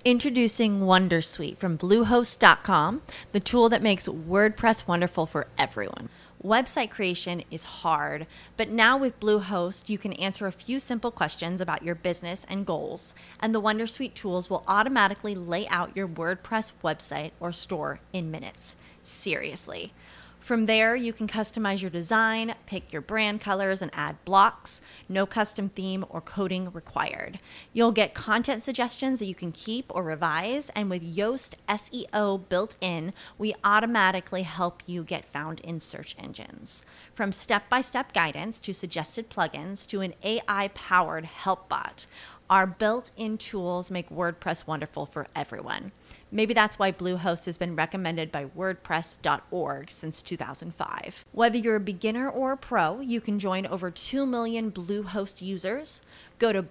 Introducing Wondersuite from Bluehost.com, the tool that makes WordPress wonderful for everyone. Website creation is hard, but now with Bluehost, you can answer a few simple questions about your business and goals, and the Wondersuite tools will automatically lay out your WordPress website or store in minutes. Seriously. From there, you can customize your design, pick your brand colors, and add blocks. No custom theme or coding required. You'll get content suggestions that you can keep or revise, and with Yoast SEO built in, we automatically help you get found in search engines. From step-by-step guidance to suggested plugins to an AI-powered help bot, our built-in tools make WordPress wonderful for everyone. Maybe that's why Bluehost has been recommended by WordPress.org since 2005. Whether you're a beginner or a pro, you can join over 2 million Bluehost users. Go to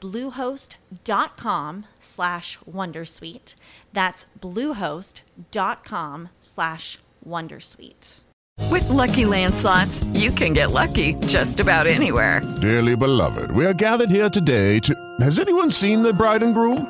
bluehost.com/wondersuite. That's bluehost.com/wondersuite. With Lucky Land Slots, you can get lucky just about anywhere. Dearly beloved, we are gathered here today to... Has anyone seen the bride and groom?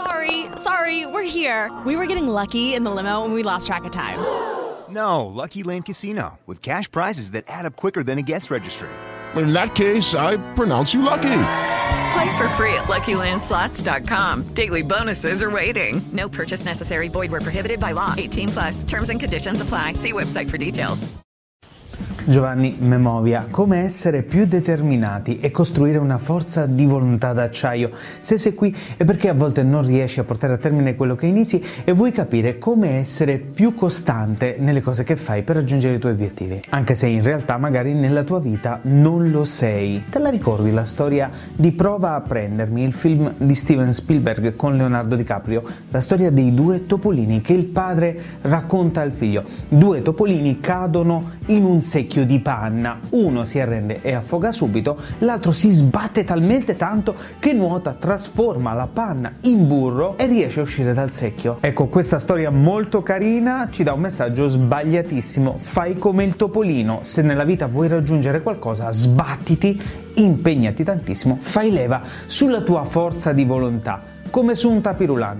Sorry, we're here. We were getting lucky in the limo and we lost track of time. No, Lucky Land Casino, with cash prizes that add up quicker than a guest registry. In that case, I pronounce you lucky. Play for free at LuckyLandSlots.com. Daily bonuses are waiting. No purchase necessary. Void where prohibited by law. 18+. Terms and conditions apply. See website for details. Giovanni Memovia, come essere più determinati e costruire una forza di volontà d'acciaio. Se sei qui è perché a volte non riesci a portare a termine quello che inizi e vuoi capire come essere più costante nelle cose che fai per raggiungere i tuoi obiettivi, anche se in realtà magari nella tua vita non lo sei. Te la ricordi la storia di Prova a prendermi, il film di Steven Spielberg con Leonardo DiCaprio, la storia dei due topolini che il padre racconta al figlio. Due topolini cadono in un secchio di panna, uno si arrende e affoga subito, l'altro si sbatte talmente tanto che nuota, trasforma la panna in burro e riesce a uscire dal secchio. Ecco, questa storia molto carina ci dà un messaggio sbagliatissimo: fai come il topolino, se nella vita vuoi raggiungere qualcosa, sbattiti, impegnati tantissimo, fai leva sulla tua forza di volontà, come su un tapirulan.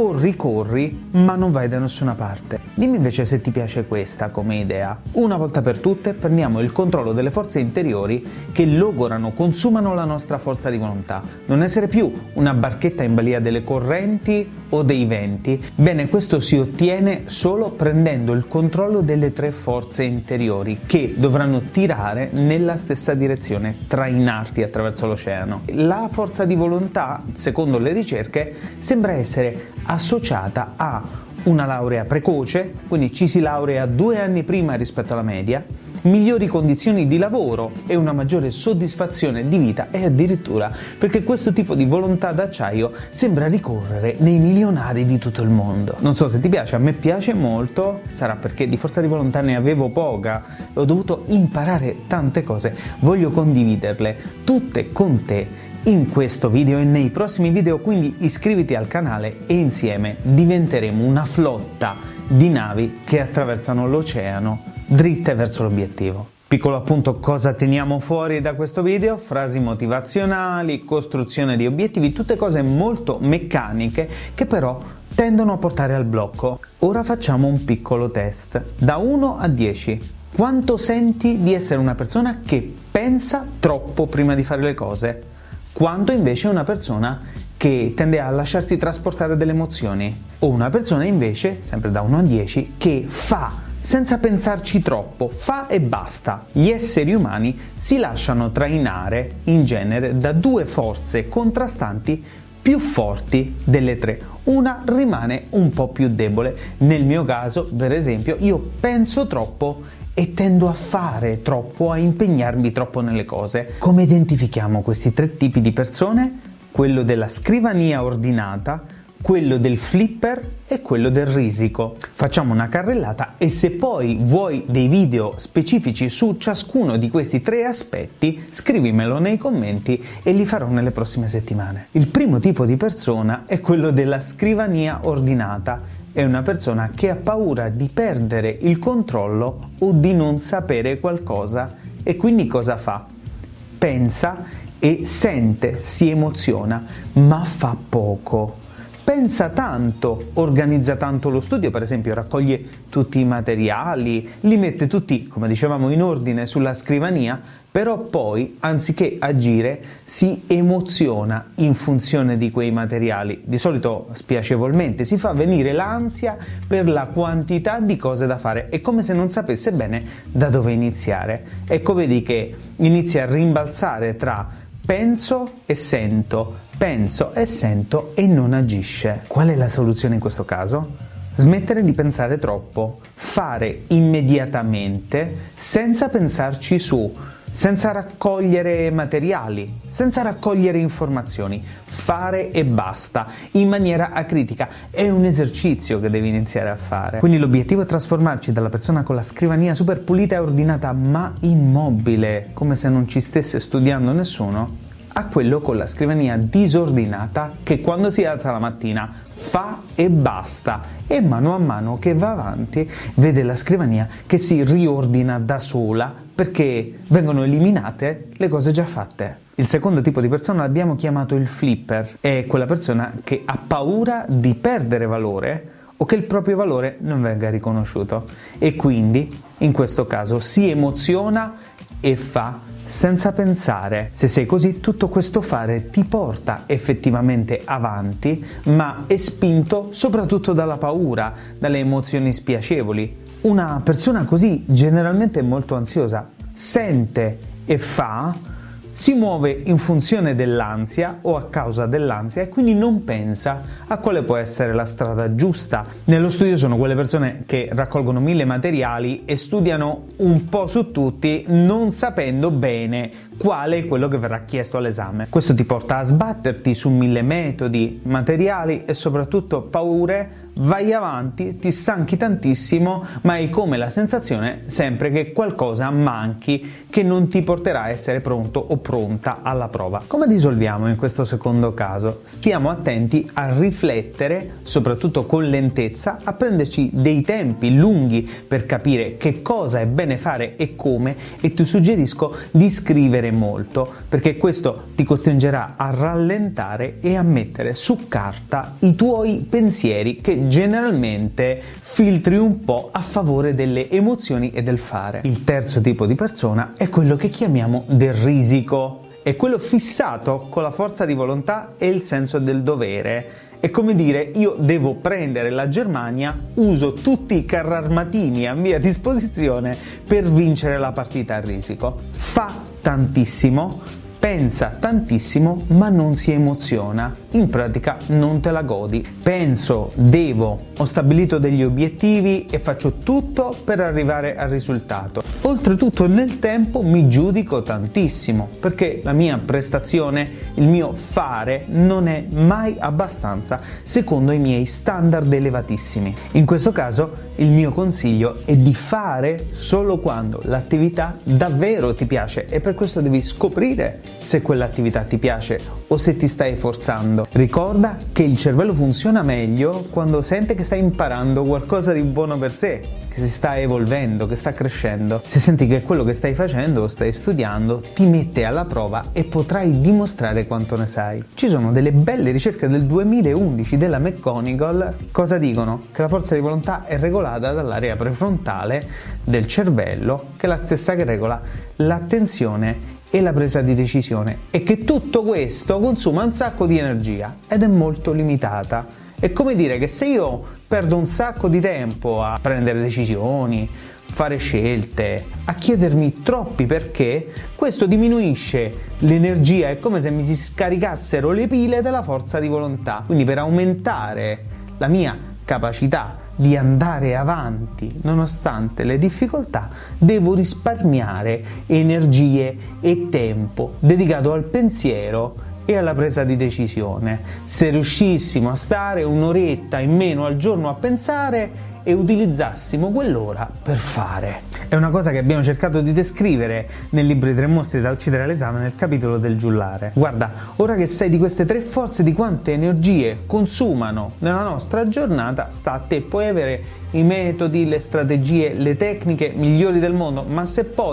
Corri, ma non vai da nessuna parte. Dimmi invece se ti piace questa come idea. Una volta per tutte prendiamo il controllo delle forze interiori che logorano, consumano la nostra forza di volontà. Non essere più una barchetta in balia delle correnti o dei venti. Bene, questo si ottiene solo prendendo il controllo delle tre forze interiori che dovranno tirare nella stessa direzione, trainarti attraverso l'oceano. La forza di volontà, secondo le ricerche, sembra essere associata a una laurea precoce, quindi ci si laurea 2 anni prima rispetto alla media, migliori condizioni di lavoro e una maggiore soddisfazione di vita, e addirittura perché questo tipo di volontà d'acciaio sembra ricorrere nei milionari di tutto il mondo. Non so se ti piace, a me piace molto, sarà perché di forza di volontà ne avevo poca e ho dovuto imparare tante cose, voglio condividerle tutte con te in questo video e nei prossimi video, quindi iscriviti al canale e insieme diventeremo una flotta di navi che attraversano l'oceano dritte verso l'obiettivo. Piccolo appunto: cosa teniamo fuori da questo video? Frasi motivazionali, costruzione di obiettivi, tutte cose molto meccaniche che però tendono a portare al blocco. Ora facciamo un piccolo test. Da 1 a 10, quanto senti di essere una persona che pensa troppo prima di fare le cose? Quanto invece una persona che tende a lasciarsi trasportare dalle emozioni? O una persona invece, sempre da 1 a 10, che fa senza pensarci troppo, fa e basta. Gli esseri umani si lasciano trainare in genere da 2 forze contrastanti più forti delle 3. Una rimane un po' più debole. Nel mio caso, per esempio, io penso troppo e tendo a fare troppo, a impegnarmi troppo nelle cose. Come identifichiamo questi 3 tipi di persone? Quello della scrivania ordinata, quello del flipper e quello del risico. Facciamo una carrellata e se poi vuoi dei video specifici su ciascuno di questi 3 aspetti, scrivimelo nei commenti e li farò nelle prossime settimane. Il primo tipo di persona è quello della scrivania ordinata. È una persona che ha paura di perdere il controllo o di non sapere qualcosa e quindi cosa fa? Pensa e sente, si emoziona, ma fa poco. pensa tanto, organizza tanto lo studio, per esempio raccoglie tutti i materiali, li mette tutti, come dicevamo, in ordine sulla scrivania, però poi, anziché agire, si emoziona in funzione di quei materiali, di solito spiacevolmente, si fa venire l'ansia per la quantità di cose da fare, è come se non sapesse bene da dove iniziare. Ecco, vedi che inizia a rimbalzare tra penso e sento e non agisce. Qual è la soluzione in questo caso? Smettere di pensare troppo, fare immediatamente senza pensarci su, senza raccogliere materiali, senza raccogliere informazioni, fare e basta, in maniera acritica. È un esercizio che devi iniziare a fare. Quindi l'obiettivo è trasformarci dalla persona con la scrivania super pulita e ordinata ma immobile, come se non ci stesse studiando nessuno, a quello con la scrivania disordinata che quando si alza la mattina fa e basta, e mano a mano che va avanti vede la scrivania che si riordina da sola perché vengono eliminate le cose già fatte. Il secondo tipo di persona l'abbiamo chiamato il flipper, è quella persona che ha paura di perdere valore o che il proprio valore non venga riconosciuto e quindi in questo caso si emoziona e fa senza pensare. Se sei così, tutto questo fare ti porta effettivamente avanti, ma è spinto soprattutto dalla paura, dalle emozioni spiacevoli. Una persona così generalmente è molto ansiosa, sente e fa, si muove in funzione dell'ansia o a causa dell'ansia e quindi non pensa a quale può essere la strada giusta. Nello studio sono quelle persone che raccolgono 1000 materiali e studiano un po' su tutti non sapendo bene quale è quello che verrà chiesto all'esame. Questo ti porta a sbatterti su 1000 metodi, materiali e soprattutto paure. Vai avanti, ti stanchi tantissimo, ma hai come la sensazione sempre che qualcosa manchi, che non ti porterà a essere pronto o pronta alla prova. Come risolviamo in questo secondo caso? Stiamo attenti a riflettere, soprattutto con lentezza, a prenderci dei tempi lunghi per capire che cosa è bene fare e come, e ti suggerisco di scrivere molto, perché questo ti costringerà a rallentare e a mettere su carta i tuoi pensieri che generalmente filtri un po' a favore delle emozioni e del fare. Il terzo tipo di persona è quello che chiamiamo del risico, è quello fissato con la forza di volontà e il senso del dovere. È come dire: io devo prendere la Germania, uso tutti i carri armatini a mia disposizione per vincere la partita a risico. Fa tantissimo, pensa tantissimo, ma non si emoziona. In pratica non te la godi. Penso, devo, ho stabilito degli obiettivi e faccio tutto per arrivare al risultato. Oltretutto nel tempo mi giudico tantissimo, perché la mia prestazione, il mio fare non è mai abbastanza secondo i miei standard elevatissimi. In questo caso il mio consiglio è di fare solo quando l'attività davvero ti piace, e per questo devi scoprire se quell'attività ti piace o se ti stai forzando. Ricorda che il cervello funziona meglio quando sente che stai imparando qualcosa di buono per sé, che si sta evolvendo, che sta crescendo. Se senti che quello che stai facendo o stai studiando ti mette alla prova e potrai dimostrare quanto ne sai. Ci sono delle belle ricerche del 2011 della McGonigal. Cosa dicono? Che la forza di volontà è regolata dall'area prefrontale del cervello, che è la stessa che regola l'attenzione e la presa di decisione, e che tutto questo consuma un sacco di energia ed è molto limitata. È come dire che se io perdo un sacco di tempo a prendere decisioni, fare scelte, a chiedermi troppi perché, questo diminuisce l'energia, è come se mi si scaricassero le pile della forza di volontà. Quindi per aumentare la mia capacità di andare avanti nonostante le difficoltà, devo risparmiare energie e tempo dedicato al pensiero e alla presa di decisione. Se riuscissimo a stare un'oretta in meno al giorno a pensare e utilizzassimo quell'ora per fare. È una cosa che abbiamo cercato di descrivere nel libro I 3 mostri da uccidere all'esame, nel capitolo del giullare. Guarda, ora che sai di queste 3 forze, di quante energie consumano nella nostra giornata, sta a te. Puoi avere i metodi, le strategie, le tecniche migliori del mondo, ma se poi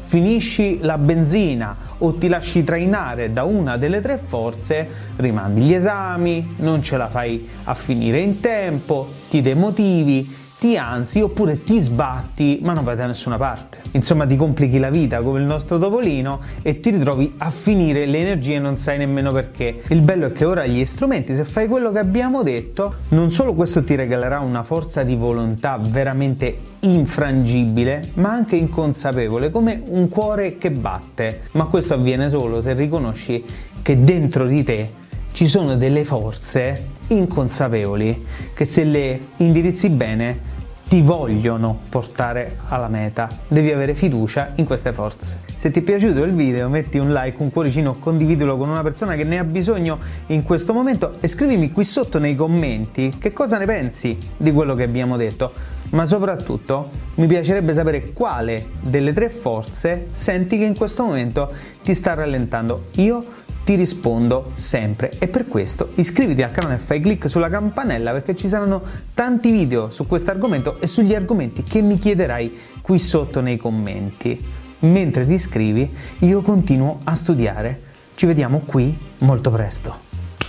finisci la benzina o ti lasci trainare da una delle tre forze, rimandi gli esami, non ce la fai a finire in tempo, ti demotivi, ti ansi oppure ti sbatti ma non vai da nessuna parte. Insomma, ti complichi la vita come il nostro Topolino e ti ritrovi a finire le energie e non sai nemmeno perché. Il bello è che ora gli strumenti, se fai quello che abbiamo detto, non solo questo ti regalerà una forza di volontà veramente infrangibile, ma anche inconsapevole, come un cuore che batte. Ma questo avviene solo se riconosci che dentro di te ci sono delle forze inconsapevoli che, se le indirizzi bene, ti vogliono portare alla meta. Devi avere fiducia in queste forze. Se ti è piaciuto il video, metti un like, un cuoricino, condividilo con una persona che ne ha bisogno in questo momento e scrivimi qui sotto nei commenti che cosa ne pensi di quello che abbiamo detto. Ma soprattutto mi piacerebbe sapere quale delle tre forze senti che in questo momento ti sta rallentando. Io ti rispondo sempre e per questo iscriviti al canale e fai clic sulla campanella, perché ci saranno tanti video su questo argomento e sugli argomenti che mi chiederai qui sotto nei commenti. Mentre ti iscrivi, io continuo a studiare. Ci vediamo qui molto presto.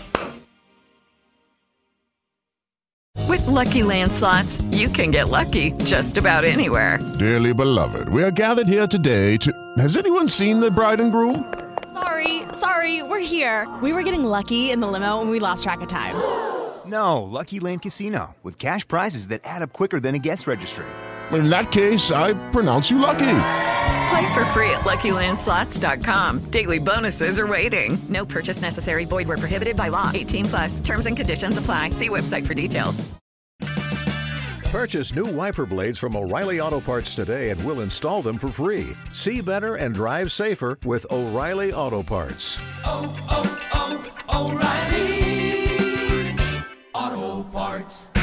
With Lucky Land Slots, you can get lucky just about anywhere. Dearly beloved, we are gathered here today to... Has anyone seen the bride and groom? Sorry, we're here. We were getting lucky in the limo and we lost track of time. No, Lucky Land Casino, with cash prizes that add up quicker than a guest registry. In that case, I pronounce you lucky. Play for free at LuckyLandSlots.com. Daily bonuses are waiting. No purchase necessary. Void where prohibited by law. 18+. Terms and conditions apply. See website for details. Purchase new wiper blades from O'Reilly Auto Parts today and we'll install them for free. See better and drive safer with O'Reilly Auto Parts. O'Reilly Auto Parts.